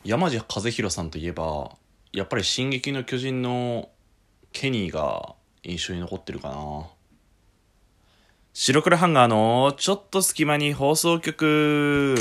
山地和弘さんといえばやっぱり進撃の巨人のケニーが印象に残ってるかな。白黒ハンガーのちょっと隙間に放送局。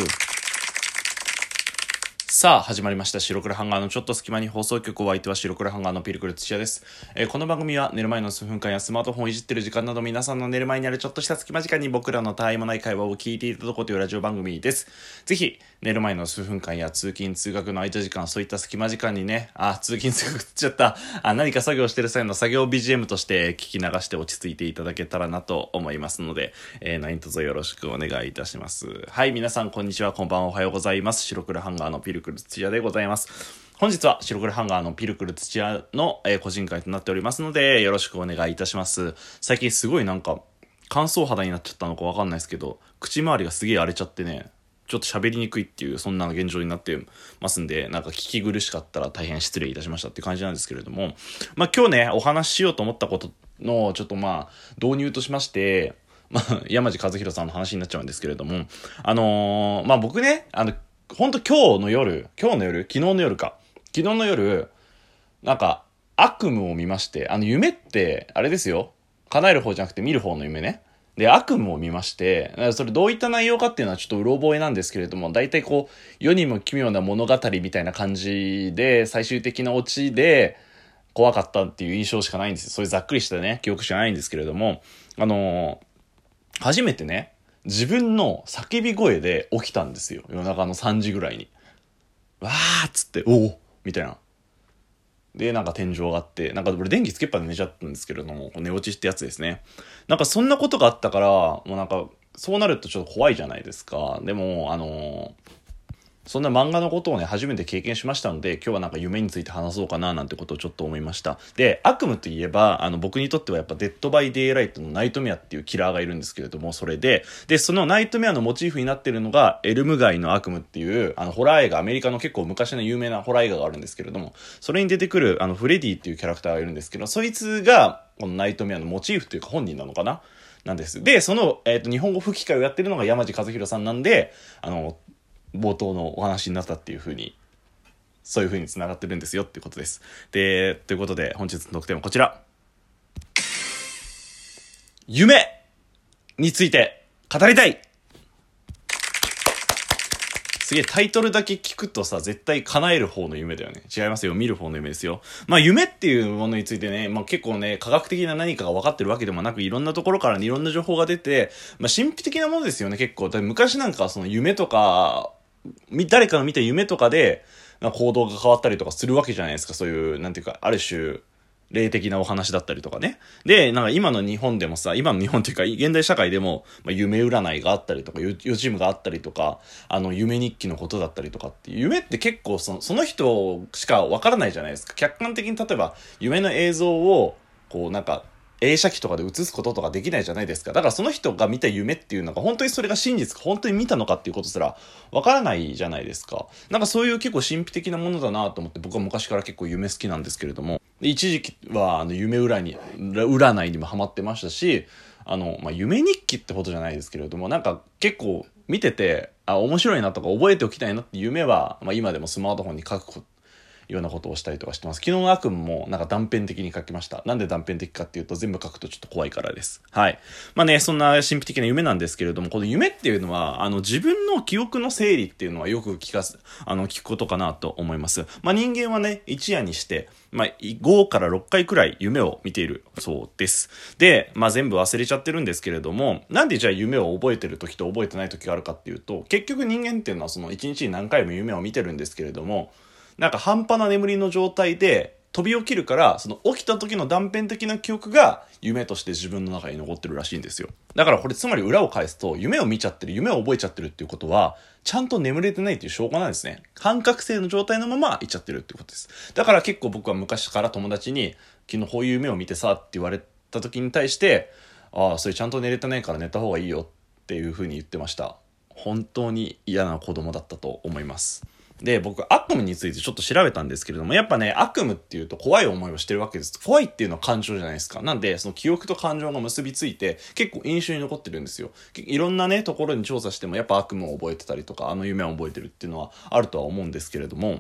さあ始まりました白黒ハンガーのちょっと隙間に放送局。お相手は白黒ハンガーのピルクル土屋です。この番組は寝る前の数分間やスマートフォンをいじってる時間など皆さんの寝る前にあるちょっとした隙間時間に僕らのたわいもない会話を聞いていただこうというラジオ番組です。ぜひ寝る前の数分間や通勤通学の空いた時間、そういった隙間時間にね、通勤通学っちゃった、何か作業してる際の作業 BGM として聞き流して落ち着いていただけたらなと思いますので、何卒よろしくお願いいたします。はい、皆さんこんにちは、こんばんは、おはようございます。白黒ハンガーのピルクル土屋でございます。本日は白黒ハンガーのピルクル土屋の、個人会となっておりますのでよろしくお願いいたします。最近すごいなんか乾燥肌になっちゃったのかわかんないですけど、口周りがすげえ荒れちゃってね、ちょっと喋りにくいっていうそんな現状になってますんで、なんか聞き苦しかったら大変失礼いたしましたっていう感じなんですけれども、今日ねお話ししようと思ったことのちょっと導入としまして、山地和弘さんの話になっちゃうんですけれども、僕ね本当昨日の夜昨日の夜なんか悪夢を見まして、夢ってあれですよ、叶える方じゃなくて見る方の夢ね。で悪夢を見まして、それどういった内容かっていうのはちょっとうろ覚えなんですけれども、大体こう世にも奇妙な物語みたいな感じで最終的なオチで怖かったっていう印象しかないんですよ。そういうざっくりしたね記憶しかないんですけれども、初めてね自分の叫び声で起きたんですよ。夜中の3時ぐらいにわーっつって、おおみたいな。でなんか天井があって、なんか俺電気つけっぱで寝ちゃったんですけれども、寝落ちってやつですね。なんかそんなことがあったから、もうなんかそうなるとちょっと怖いじゃないですか。でもそんな漫画のことをね初めて経験しましたので、今日はなんか夢について話そうかななんてことをちょっと思いました。で悪夢といえば僕にとってはやっぱデッドバイデイライトのナイトメアっていうキラーがいるんですけれども、それでそのナイトメアのモチーフになっているのがエルム街の悪夢っていうホラー映画、アメリカの結構昔の有名なホラー映画があるんですけれども、それに出てくるフレディっていうキャラクターがいるんですけど、そいつがこのナイトメアのモチーフというか本人なのかななんです。でその、日本語吹き替えをやってるのが山地和弘さんなんで、冒頭のお話になったっていう風に、そういう風に繋がってるんですよっていうことです。でということで本日の特典はこちら、夢について語りたい。すげえタイトルだけ聞くとさ、絶対叶える方の夢だよね。違いますよ、見る方の夢ですよ。夢っていうものについてね、結構ね科学的な何かが分かってるわけでもなく、いろんなところからいろんな情報が出て、神秘的なものですよね結構。だ昔なんかその夢とか誰かの見た夢とかで行動が変わったりとかするわけじゃないですか。そういうなんていうか、ある種霊的なお話だったりとかね。でなんか今の日本でもさ、今の日本というか現代社会でも、夢占いがあったりとか予知夢があったりとか、夢日記のことだったりとかっていう、夢って結構その人しかわからないじゃないですか。客観的に例えば夢の映像をこうなんか映写機とかで映すこととかできないじゃないですか。だからその人が見た夢っていうのが本当にそれが真実か、本当に見たのかっていうことすらわからないじゃないですか。なんかそういう結構神秘的なものだなと思って、僕は昔から結構夢好きなんですけれども、一時期は夢占いにもハマってましたし、夢日記ってことじゃないですけれども、なんか結構見てて面白いなとか覚えておきたいなって夢は、今でもスマートフォンに書くようなことをしたりとかしてます。昨日の悪夢もなんか断片的に書きました。なんで断片的かっていうと、全部書くとちょっと怖いからです。はい。そんな神秘的な夢なんですけれども、この夢っていうのは自分の記憶の整理っていうのはよく聞くことかなと思います。人間はね一夜にして5から6回くらい夢を見ているそうです。で全部忘れちゃってるんですけれども、なんでじゃあ夢を覚えてる時と覚えてない時があるかっていうと、結局人間っていうのはその1日に何回も夢を見てるんですけれども、なんか半端な眠りの状態で飛び起きるから、その起きた時の断片的な記憶が夢として自分の中に残ってるらしいんですよ。だからこれつまり裏を返すと、夢を見ちゃってる、夢を覚えちゃってるっていうことはちゃんと眠れてないっていう証拠なんですね。感覚性の状態のままいっちゃってるってことです。だから結構僕は昔から友達に昨日こういう夢を見てさって言われた時に対して、それちゃんと寝れてないから寝た方がいいよっていう風に言ってました。本当に嫌な子供だったと思います。で僕悪夢についてちょっと調べたんですけれども、やっぱね悪夢っていうと怖い思いをしてるわけです。怖いっていうのは感情じゃないですか。なんでその記憶と感情が結びついて結構印象に残ってるんですよ。いろんなねところに調査してもやっぱ悪夢を覚えてたりとか夢を覚えてるっていうのはあるとは思うんですけれども、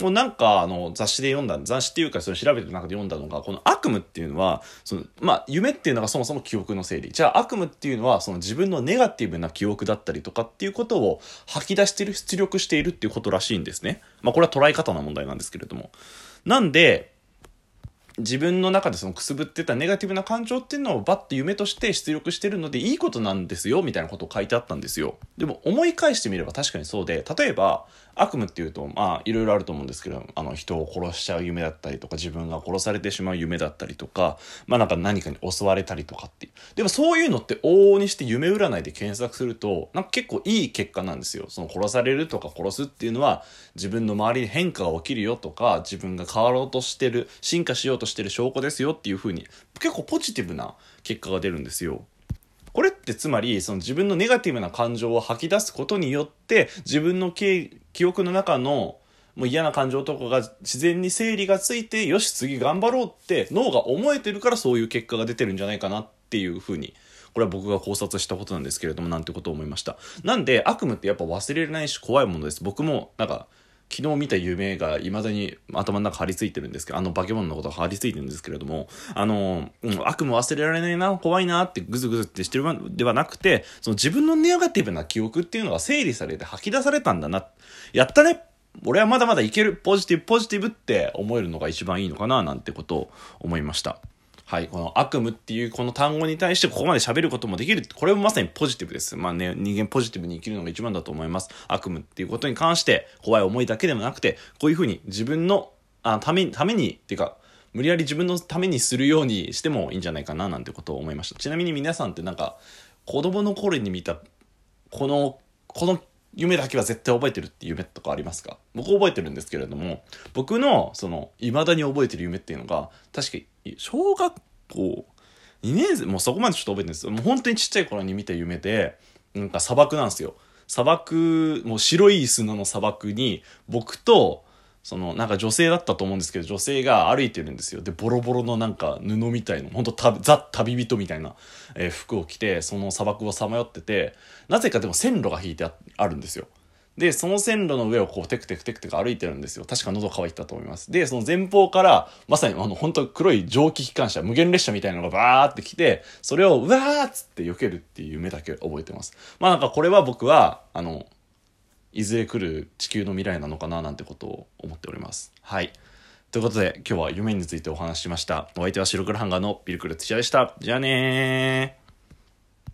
もうなんか雑誌っていうかそれ調べてる中で読んだのが、この悪夢っていうのは夢っていうのがそもそも記憶の整理。じゃあ悪夢っていうのはその自分のネガティブな記憶だったりとかっていうことを吐き出している、出力しているっていうことらしいんですね。これは捉え方の問題なんですけれども、なんで自分の中でそのくすぶってたネガティブな感情っていうのをバッと夢として出力してるのでいいことなんですよみたいなことを書いてあったんですよ。でも思い返してみれば確かにそうで、例えば悪夢っていうといろいろあると思うんですけど、人を殺しちゃう夢だったりとか、自分が殺されてしまう夢だったりとか、なんか何かに襲われたりとかっていう。でもそういうのって往々にして夢占いで検索するとなんか結構いい結果なんですよ。その殺されるとか殺すっていうのは自分の周りに変化が起きるよとか、自分が変わろうとしてる、進化しようとしてる証拠ですよっていう風に結構ポジティブな結果が出るんですよ。これってつまりその自分のネガティブな感情を吐き出すことによって自分の記憶の中のもう嫌な感情とかが自然に整理がついて、よし次頑張ろうって脳が思えてるからそういう結果が出てるんじゃないかなっていう風に、これは僕が考察したことなんですけれども、なんてことを思いました。なんで悪夢ってやっぱ忘れられないし怖いものです。僕もなんか昨日見た夢が未だに頭の中張り付いてるんですけど、化け物のことが張り付いてるんですけれども、悪夢忘れられないな、怖いなってグズグズってしてるではなくて、その自分のネガティブな記憶っていうのが整理されて吐き出されたんだな。やったね、俺はまだまだいける、ポジティブって思えるのが一番いいのかななんてことを思いました。はい、この悪夢っていうこの単語に対してここまで喋ることもできる。これもまさにポジティブです。人間ポジティブに生きるのが一番だと思います。悪夢っていうことに関して怖い思いだけでもなくて、こういうふうに自分のためにっていうか、無理やり自分のためにするようにしてもいいんじゃないかななんてことを思いました。ちなみに皆さんってなんか子供の頃に見たこの夢だけは絶対覚えてるっていう夢とかありますか？僕覚えてるんですけれども、僕の未だに覚えてる夢っていうのが、確か小学校2年生、もうそこまでちょっと覚えてるんですよ。もう本当にちっちゃい頃に見た夢で、なんか砂漠なんですよ。砂漠、もう白い砂の砂漠に僕となんか女性だったと思うんですけど、女性が歩いてるんですよ。でボロボロのなんか布みたいな、本当ザ旅人みたいな、服を着てその砂漠をさまよってて、なぜかでも線路が引いてあるんですよ。でその線路の上をこうテクテク歩いてるんですよ。確か喉乾いてたと思います。でその前方からまさに本当黒い蒸気機関車、無限列車みたいなのがバーって来て、それをうわーっつって避けるっていう夢だけ覚えてます。なんかこれは僕はいずれ来る地球の未来なのかななんてことを思っております。はい。ということで今日は夢についてお話ししました。お相手は白黒ハンガーのピルクル土屋でした。じゃあねー。